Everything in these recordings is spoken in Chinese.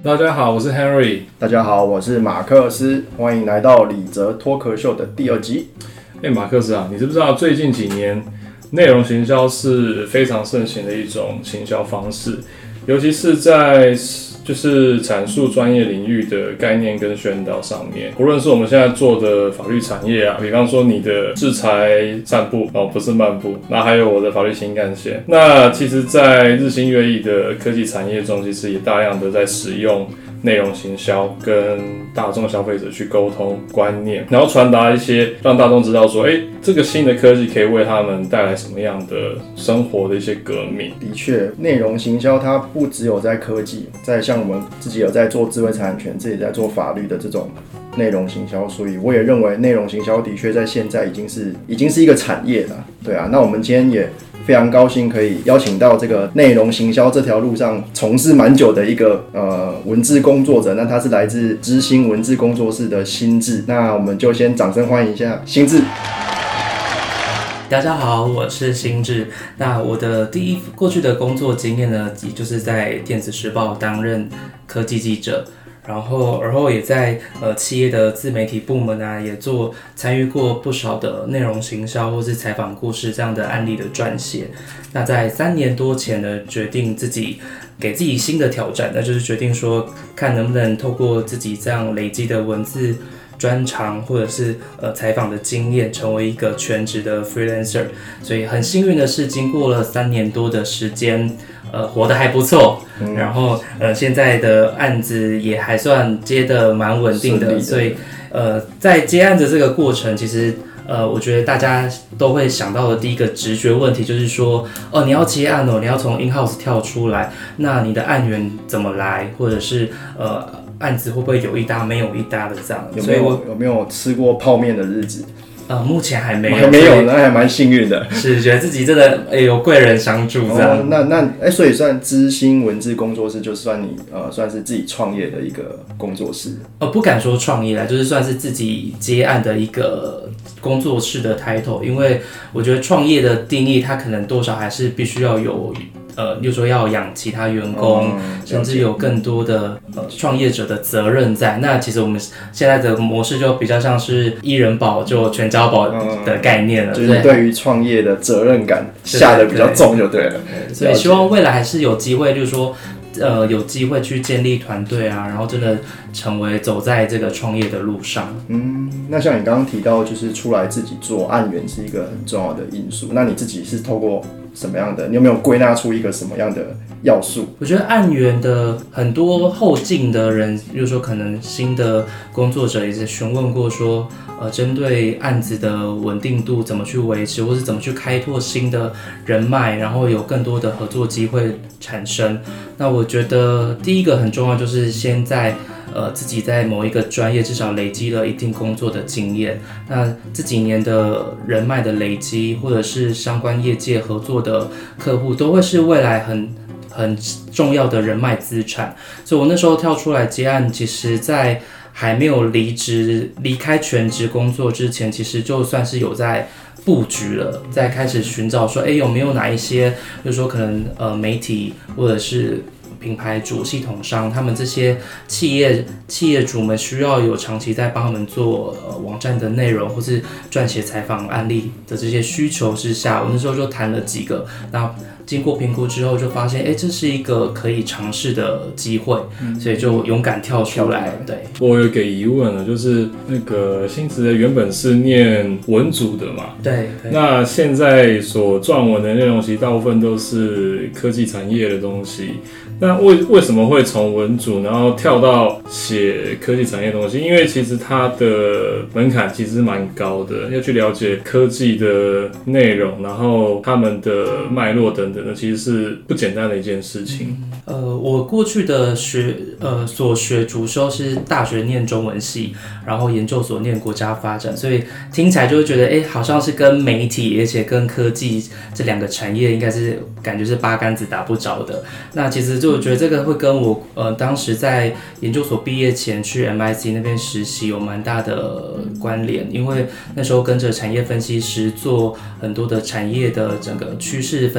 大家好，我是 Henry。 大家好，我是马克思，欢迎来到李泽脱壳秀的第2集。 马克思啊，你知不知道最近几年内容行销是非常盛行的一种行销方式，尤其是在就是阐述专业领域的概念跟宣导上面，无论是我们现在做的法律产业啊，比方说你的制裁散步不是漫步，那还有我的法律新干线，那其实在日新月异的科技产业中，其实也大量的在使用内容行销跟大众消费者去沟通观念，然后传达一些让大众知道说，这个新的科技可以为他们带来什么样的生活的一些革命。 的确，内容行销它不只有在科技，在像我们自己有在做智慧财产权，自己在做法律的这种内容行销，所以我也认为内容行销的确在现在已经是一个产业了。对啊，那我们今天也非常高兴可以邀请到这个内容行销这条路上从事蛮久的一个文字工作者，那他是来自知心文字工作室的心智，那我们就先掌声欢迎一下心智。 大家好，我是心智。那我的过去的工作经验呢，就是在电子时报担任科技记者。然后而后也在企业的自媒体部门啊，也参与过不少的内容行销或是采访故事这样的案例的撰写。那在3年多前呢，决定给自己新的挑战，那就是决定说，看能不能透过自己这样累积的文字专长或者是采访的经验，成为一个全职的 freelancer。所以很幸运的是，经过了3年多的时间，活得还不错。然后现在的案子也还算接得蛮稳定的，所以在接案子这个过程，其实我觉得大家都会想到的第一个直觉问题就是说，你要接案你要从 in-house 跳出来，那你的案源怎么来，或者是案子会不会有一搭没有一搭的这样？ 有没有吃过泡面的日子？ 目前还没有， 那还蛮幸运的。 是觉得自己真的有贵人相助这样。 所以算知心文字工作室，就算你算是自己创业的一个工作室。 不敢说创业啦，就是算是自己接案的一个工作室的 title。因为我觉得创业的定义，它可能多少还是必须要有。例如说要养其他员工，甚至有更多的创业者的责任在。那其实我们现在的模式就比较像是1人保就全交保的概念了， 就是对于创业的责任感下的比较重就对了。 所以希望未来还是有机会，就是说有机会去建立团队啊，然后真的走在这个创业的路上。 那像你刚刚提到，就是出来自己做案源是一个很重要的因素。那你自己是透过什么样的？你有没有归纳出一个什么样的要素？ 我觉得案源的很多后进的人，比如说可能新的工作者也是询问过说，针对案子的稳定度怎么去维持，或是怎么去开拓新的人脉，然后有更多的合作机会产生。那我觉得第一个很重要，就是先在自己在某一个专业至少累积了一定工作的经验，那这几年的人脉的累积，或者是相关业界合作的客户，都会是未来很重要的人脉资产。所以我那时候跳出来接案，其实在还没有离开全职工作之前，其实就算是有在布局了，在开始寻找说，有没有哪一些，比如说可能媒体或者是品牌主、系统商，他们这些企业主们需要有长期在帮他们做网站的内容，或是撰写采访案例的这些需求之下，我那时候就谈了几个，那经过评估之后就发现，这是一个可以尝试的机会，所以就勇敢跳出来。对， 我有一个疑问了，就是那个心智原本是念文组的嘛？ 对。 那现在所撰文的内容，其实大部分都是科技产业的东西。那为什么会从文组然后跳到写科技产业的东西？因为其实它的门槛其实蛮高的，要去了解科技的内容，然后他们的脉络等等的，其实是不简单的一件事情。 我过去的所学主修是大学念中文系，然后研究所念国家发展，所以听起来就会觉得，好像是跟媒体而且跟科技这2个产业应该是感觉是八竿子打不着的。那其实就我觉得这个会跟我当时在研究所毕业前去 MIC 那边实习有蛮大的关联，因为那时候跟着产业分析师做很多的产业的整个趋势分析，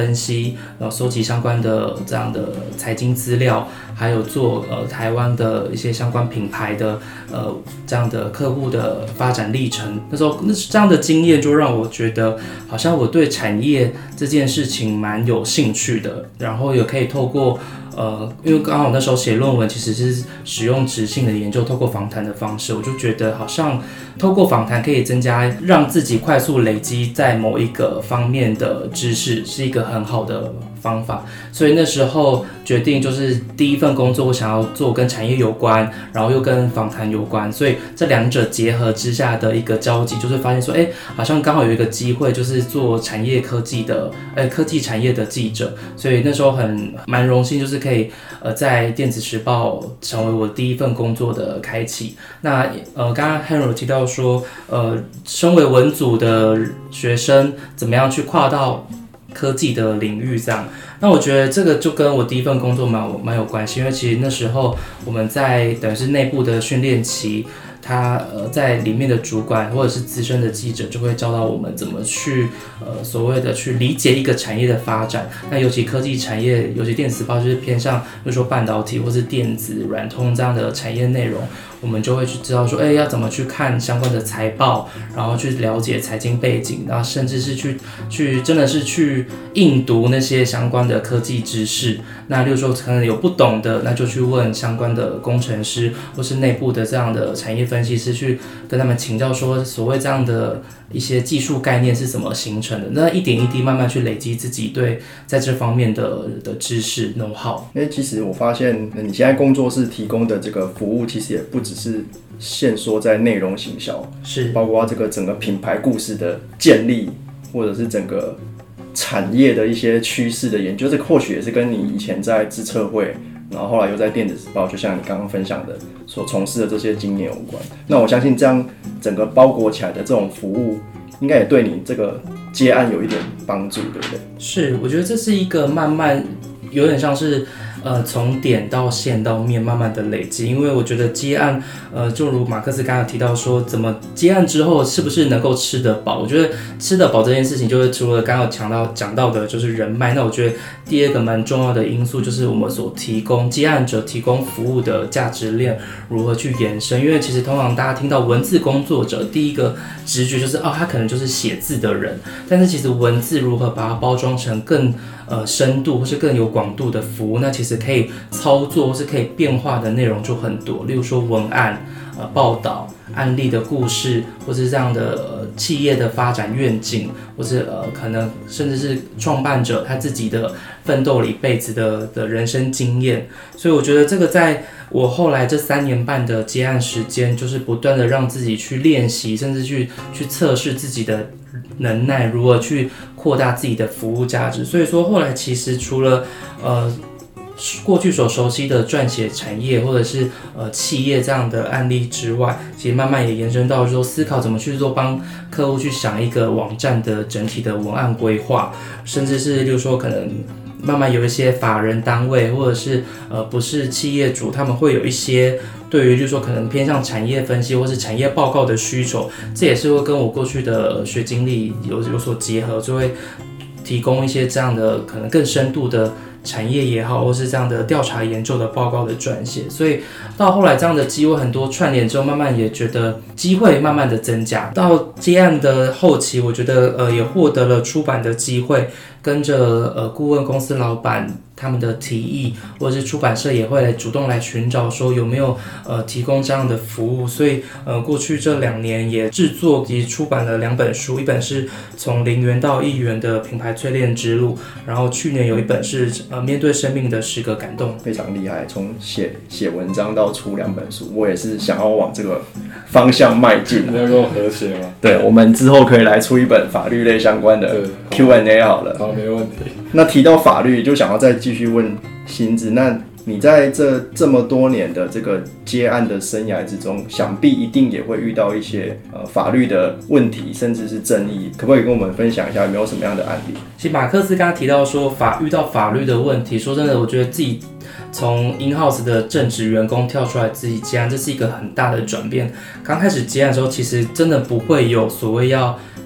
析，收集相关的这样的财经资料，还有做台湾的一些相关品牌的这样的客户的发展历程。那这样的经验就让我觉得，好像我对产业这件事情蛮有兴趣的，然后也可以透过因为刚好那时候写论文其实是使用质性的研究，透过访谈的方式，我就觉得好像透过访谈可以增加让自己快速累积在某一个方面的知识，是一个很好的方法。所以那时候决定就是第一份工作我想要做跟产业有关，然后又跟访谈有关，所以这两者结合之下的一个交集，就是发现说好像刚好有一个机会就是做产业科技的科技产业的记者，所以那时候蛮荣幸，就是可以在电子时报成为我第一份工作的开启。那刚刚 Henry 提到说身为文组的学生怎么样去跨到科技的领域这样，那我觉得这个就跟我第一份工作蛮有关系，因为其实那时候我们在等于是内部的训练期，他在里面的主管或者是资深的记者就会教导我们怎么去所谓的去理解一个产业的发展。那尤其科技产业，尤其电子报就是偏向，比如说半导体或是电子、软通这样的产业内容，我们就会去知道说，要怎么去看相关的财报，然后去了解财经背景，然后甚至是去真的是去硬读那些相关的科技知识。那例如说可能有不懂的，那就去问相关的工程师或是内部的这样的产业分析师，去跟他们请教说所谓这样的一些技术概念是怎么形成的。那一点一滴慢慢去累积自己对在这方面的知识 know how。 其实我发现你现在工作室提供的这个服务，其实也不只是限缩在内容行销， 是包括这个整个品牌故事的建立，或者是整个产业的一些趋势的研究，这个或许也是跟你以前在资策会，然后后来又在电子时报，就像你刚刚分享的所从事的这些经验有关。那我相信这样整个包裹起来的这种服务，应该也对你这个接案有一点帮助，对不对？ 是，我觉得这是一个慢慢有点像是从点到线到面慢慢的累积，因为我觉得接案就如马克思刚刚提到说，怎么接案之后是不是能够吃得饱？我觉得吃得饱这件事情，就是除了刚刚讲到的就是人脉，那我觉得第二个蛮重要的因素就是我们所提供接案者提供服务的价值链如何去延伸。因为其实通常大家听到文字工作者，第一个直觉就是他可能就是写字的人，但是其实文字如何把它包装成更深度或是更有广度的服务，那其实可以操作或是可以变化的内容就很多，例如说文案、报道、案例的故事，或是这样的企业的发展愿景，或是可能甚至是创办者他自己的奋斗了一辈子的人生经验。所以我觉得这个在我后来这3年半的接案时间，就是不断的让自己去练习，甚至去测试自己的能耐，如何去扩大自己的服务价值。所以说后来其实除了过去所熟悉的撰写产业或者是企业这样的案例之外，其实慢慢也延伸到说思考怎么去做帮客户去想一个网站的整体的文案规划，甚至是例如说可能慢慢有一些法人单位或者是不是企业主，他们会有一些对于就是说可能偏向产业分析或是产业报告的需求，这也是会跟我过去的学经历有所结合，就会提供一些这样的可能更深度的产业也好，或是这样的调查研究的报告的撰写。所以到后来这样的机会很多串联之后，慢慢也觉得机会慢慢的增加。到接案的后期，我觉得也获得了出版的机会，跟着顾问公司老板他们的提议，或者是出版社也会主动来寻找说有没有提供这样的服务。所以过去这2年也制作及出版了2本书，一本是从0元到1元的品牌淬炼之路，然后去年有一本是面对生命的10个感动。 非常厉害，从写文章到出2本书，我也是想要往这个方向迈进。 你要跟我合写吗？ 对，我们之后可以来出一本法律类相关的 Q&A 好了。 好，没问题。 那提到法律，就想要再继续问新智，那你在这么多年的这个接案的生涯之中，想必一定也会遇到一些法律的问题，甚至是争议，可不可以跟我们分享一下有没有什么样的案例？ 其实马克思刚刚提到说遇到法律的问题，说真的，我觉得自己从 in-house 的正职员工跳出来自己接案，这是一个很大的转变。刚开始接案的时候，其实真的不会有所谓要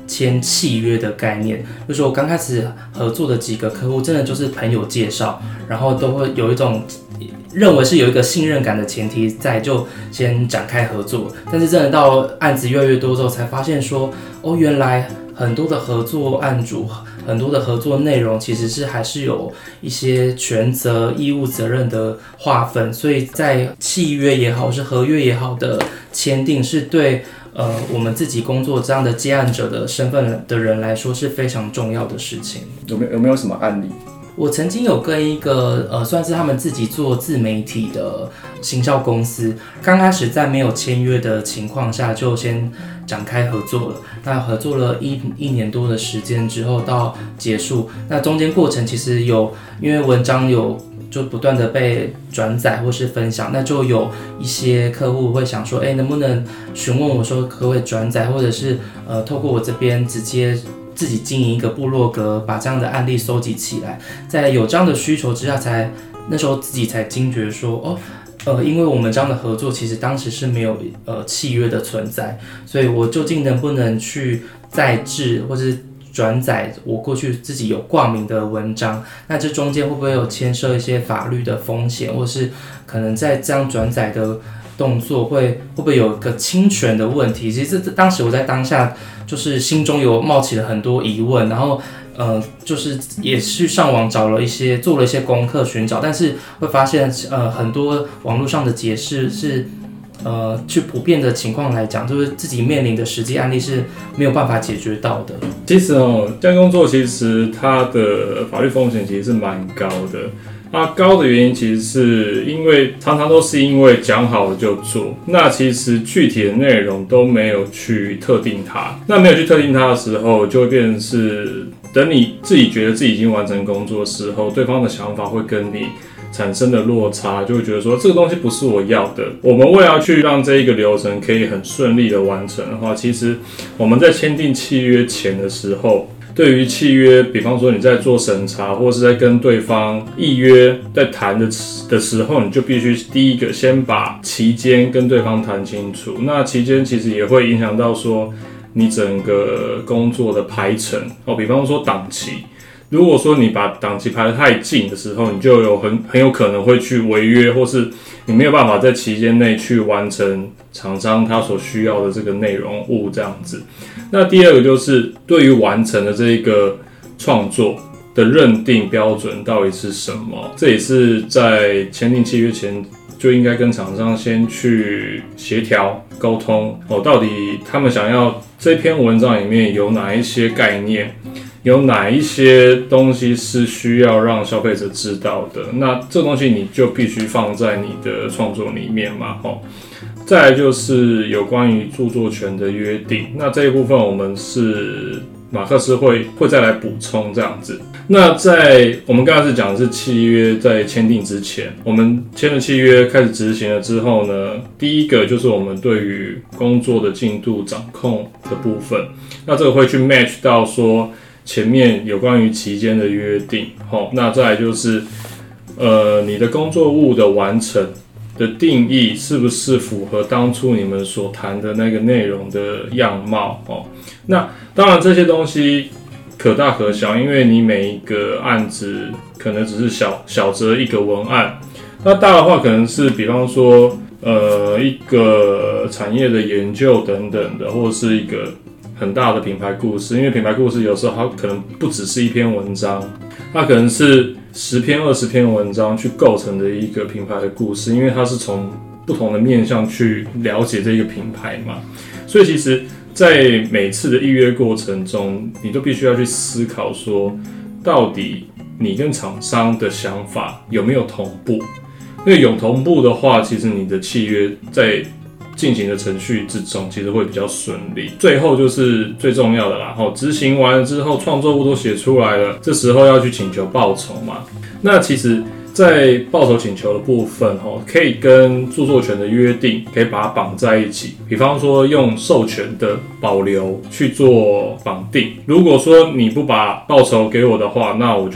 签契约的概念。就是我刚开始合作的几个客户，真的就是朋友介绍，然后都会有一种认为是有一个信任感的前提在，就先展开合作。但是真的到案子越来越多之后，才发现说，哦，原来很多的合作案主，很多的合作内容其实是还是有一些权责、义务、责任的划分，所以在契约也好，是合约也好的签订，是对我们自己工作这样的接案者的身份的人来说是非常重要的事情。 有没有什么案例？ 我曾经有跟一个算是他们自己做自媒体的行销公司，刚开始在没有签约的情况下就先展开合作了。那合作了一年多的时间之后到结束，那中间过程其实有因为文章有就不断的被转载或是分享，那就有一些客户会想说，能不能询问我说可不可以转载，或者是透过我这边直接自己经营一个部落格，把这样的案例收集起来，在有这样的需求之下，那时候自己才惊觉说，因为我们这样的合作，其实当时是没有契约的存在，所以我究竟能不能去再制或是转载我过去自己有挂名的文章？那这中间会不会有牵涉一些法律的风险，或是可能在这样转载的动作会不会有个侵权的问题？其实当时我在当下就是心中有冒起了很多疑问，然后就是也去上网做了一些功课寻找，但是会发现很多网络上的解释是去普遍的情况来讲，就是自己面临的实际案例是没有办法解决到的。 其实这样工作其实它的法律风险其实是蛮高的。那高的原因其实是因为常常都是因为讲好了就做，那其实具体的内容都没有去特定它。那没有去特定它的时候，就会变成是等你自己觉得自己已经完成工作的时候，对方的想法会跟你产生的落差，就会觉得说这个东西不是我要的。我们为了要去让这一个流程可以很顺利的完成的话，其实我们在签订契约前的时候，对于契约，比方说你在做审查，或是在跟对方议约在谈的时候，你就必须第一个先把期间跟对方谈清楚。那期间其实也会影响到说你整个工作的排程比方说档期。如果说你把档期排得太近的时候，你就有很有可能会去违约，或是你没有办法在期间内去完成厂商他所需要的这个内容物这样子。那第二个就是对于完成的这个创作的认定标准到底是什么，这也是在签订契约前就应该跟厂商先去协调沟通到底他们想要这篇文章里面有哪一些概念，有哪一些东西是需要让消费者知道的，那这东西你就必须放在你的创作里面嘛。再来就是有关于著作权的约定，那这一部分我们是马克思会再来补充这样子。那在我们刚才是讲的是契约在签订之前，我们签了契约开始执行了之后呢，第一个就是我们对于工作的进度掌控的部分，那这个会去 match 到说前面有关于期间的约定。那再来就是你的工作物的完成的定义是不是符合当初你们所谈的那个内容的样貌那当然这些东西可大可小，因为你每一个案子可能只是小则一个文案，那大的话可能是比方说一个产业的研究等等的，或者是一个很大的品牌故事。因为品牌故事有时候它可能不只是一篇文章，它可能是10篇20篇文章去构成的一个品牌的故事，因为它是从不同的面向去了解这个品牌嘛。所以其实在每次的预约过程中，你都必须要去思考说，到底你跟厂商的想法有没有同步。因为有同步的话，其实你的契约在进行的程序之中其实会比较顺利。最后就是最重要的啦，执行完了之后创作物都写出来了，这时候要去请求报酬嘛。那其实在报酬请求的部分可以跟著作权的约定可以把它绑在一起，比方说用授权的保留去做绑定。如果说你不把报酬给我的话，那我就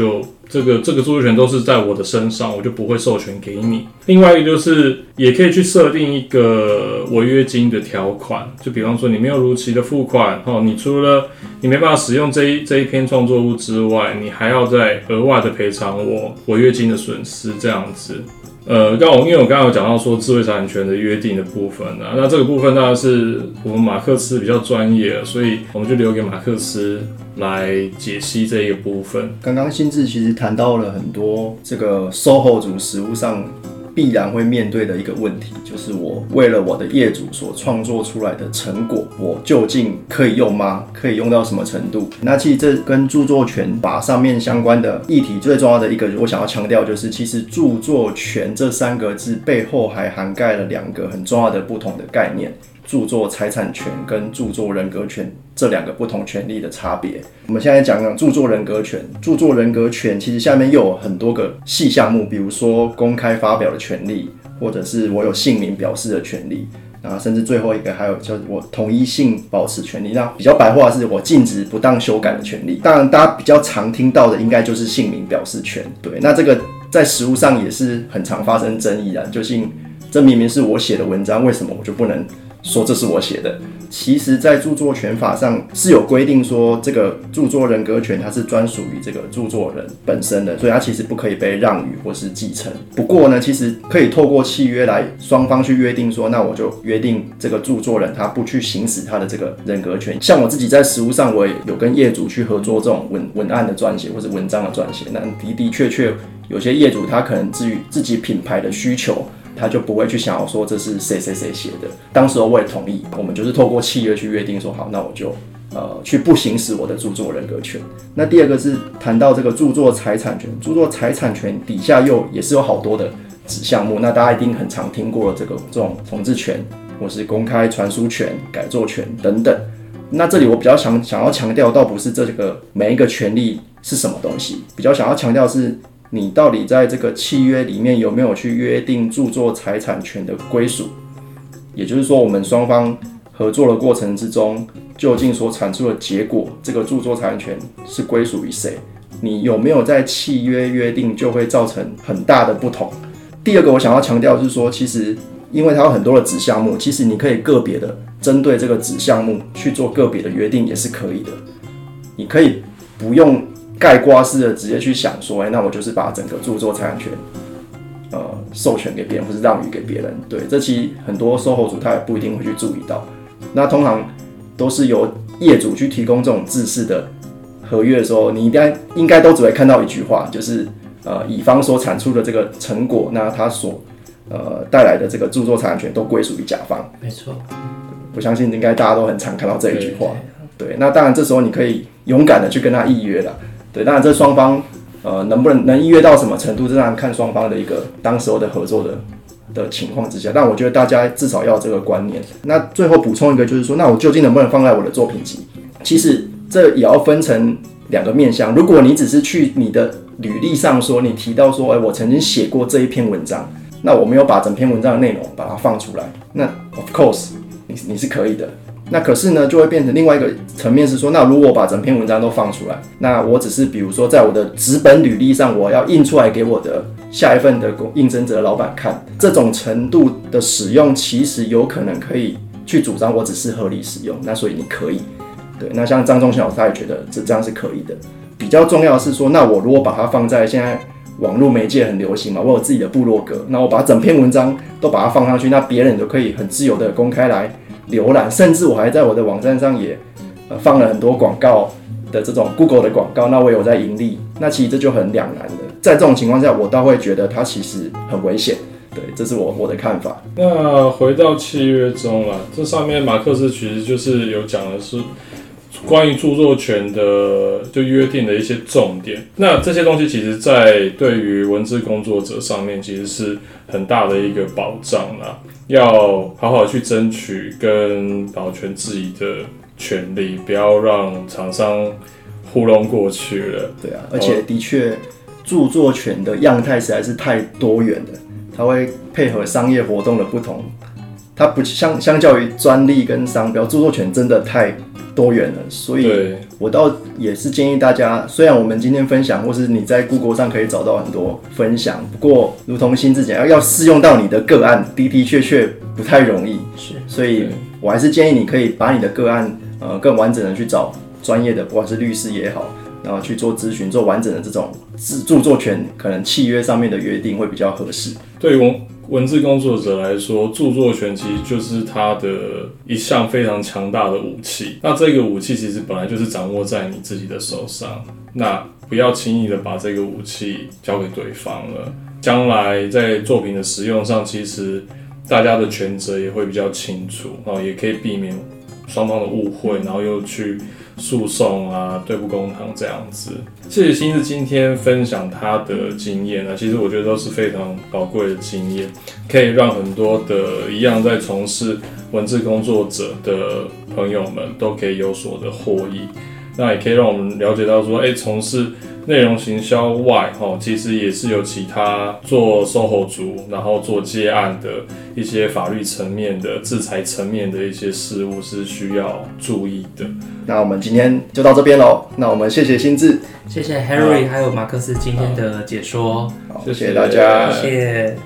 这个著作权都是在我的身上，我就不会授权给你。另外一个就是也可以去设定一个违约金的条款，就比方说你没有如期的付款，你除了你没办法使用这一篇创作物之外，你还要再额外的赔偿我违约金的损失，这样子。因为我刚刚有讲到说智慧财产权的约定的部分啊，那这个部分当然是我们马克思比较专业，所以我们就留给马克思来解析这一个部分。 刚刚新智其实谈到了很多这个 SOHO 族实务上必然会面对的一个问题，就是我为了我的业主所创作出来的成果，我究竟可以用吗？可以用到什么程度？那其实这跟著作权法上面相关的议题最重要的一个，我想要强调就是，其实著作权这3个字背后还涵盖了2个很重要的不同的概念。著作财产权跟著作人格权这2个不同权利的差别。我们现在讲著作人格权，著作人格权其实下面又有很多个细项目，比如说公开发表的权利，或者是我有姓名表示的权利，甚至最后一个还有叫我统一性保持权利。那比较白话是我禁止不当修改的权利。当然，大家比较常听到的应该就是姓名表示权。对，那这个在实务上也是很常发生争议的，就是这明明是我写的文章，为什么我就不能说这是我写的？其实在著作权法上是有规定说，这个著作人格权它是专属于这个著作人本身的，所以它其实不可以被让与或是继承。不过呢，其实可以透过契约来双方去约定说，那我就约定这个著作人他不去行使他的这个人格权。像我自己在实务上，我也有跟业主去合作这种文案的撰写或是文章的撰写，那的确有些业主他可能至于自己品牌的需求，他就不会去想要说这是谁写的。当时我也同意，我们就是透过契约去约定说，好，那我就去不行使我的著作人格权。那第二个是谈到这个著作财产权，著作财产权底下也是有好多的子项目，那大家一定很常听过这种重置权，或是公开传输权、改作权等等。那这里我比较想要强调，倒不是这个每一个权利是什么东西，比较想要强调是，你到底在这个契约里面有没有去约定著作财产权的归属？也就是说，我们双方合作的过程之中，究竟所产出的结果，这个著作财产权是归属于谁？你有没有在契约约定，就会造成很大的不同。第二个我想要强调是说，其实因为它有很多的子项目，其实你可以个别的针对这个子项目去做个别的约定也是可以的。你可以不用概括式的直接去想说，那我就是把整个著作财产权授权给别人，或是让与给别人。对，这其实很多SOHO族他也不一定会去注意到。那通常都是由业主去提供这种制式的合约的时候，你应该都只会看到一句话，就是乙方所产出的这个成果，那他所带来的这个著作财产权都归属于甲方。 没错， 我相信应该大家都很常看到这一句话。对，那当然这时候你可以勇敢的去跟他议约了。对，当然这双方能议约到什么程度，这当然看双方的一个当时候的合作的情况之下。但我觉得大家至少要有这个观念。那最后补充一个，就是说，那我究竟能不能放在我的作品集？其实这也要分成2个面向。如果你只是去你的履历上说，你提到说，我曾经写过这一篇文章，那我没有把整篇文章的内容把它放出来，那 of course 你是可以的。那可是呢，就会变成另外一个层面是说，那如果我把整篇文章都放出来，那我只是比如说在我的纸本履历上，我要印出来给我的下一份的应征者的老板看，这种程度的使用，其实有可能可以去主张我只是合理使用，那所以你可以。对，那像张忠宪老师他也觉得这样是可以的。比较重要的是说，那我如果把它放在现在网络媒介很流行嘛，我有自己的部落格，那我把整篇文章都把它放上去，那别人都可以很自由的公开来浏览，甚至我还在我的网站上也放了很多广告的这种 Google 的广告，那我有在盈利，那其实这就很两难的。在这种情况下，我倒会觉得它其实很危险。对，这是我的看法。 那回到契约中啦，这上面马克思其实就是有讲的是关于著作权的就约定的一些重点。那这些东西其实在对于文字工作者上面其实是很大的一个保障啦，要好好去争取跟保全自己的权利，不要让厂商糊弄过去了。 对啊，而且的确著作权的样态实在是太多元了，它会配合商业活动的不同，它不相较于专利跟商标，著作权真的太多元了，所以我倒也是建议大家，虽然我们今天分享，或是你在 Google 上可以找到很多分享，不过如同新字讲，要适用到你的个案，的确不太容易。 是， 所以我还是建议你可以把你的个案更完整的去找专业的，不管是律师也好，然后去做咨询，做完整的这种著作权可能契约上面的约定会比较合适。 对于文字工作者来说，著作权其实就是他的一项非常强大的武器。那这个武器其实本来就是掌握在你自己的手上，那不要轻易的把这个武器交给对方了。将来在作品的使用上，其实大家的权责也会比较清楚，然后也可以避免双方的误会，然后又去诉讼啊，对簿公堂这样子。谢谢新智今天分享他的经验啊，其实我觉得都是非常宝贵的经验，可以让很多的一样在从事文字工作者的朋友们都可以有所的获益。那也可以让我们了解到说，从事内容行销外，其实也是有其他做SOHO族，然后做接案的一些法律层面的、制裁层面的一些事务是需要注意的。 那我们今天就到这边咯，那我们谢谢新智， 谢谢 Henry 还有马克思今天的解说， 好，谢谢大家， 谢谢。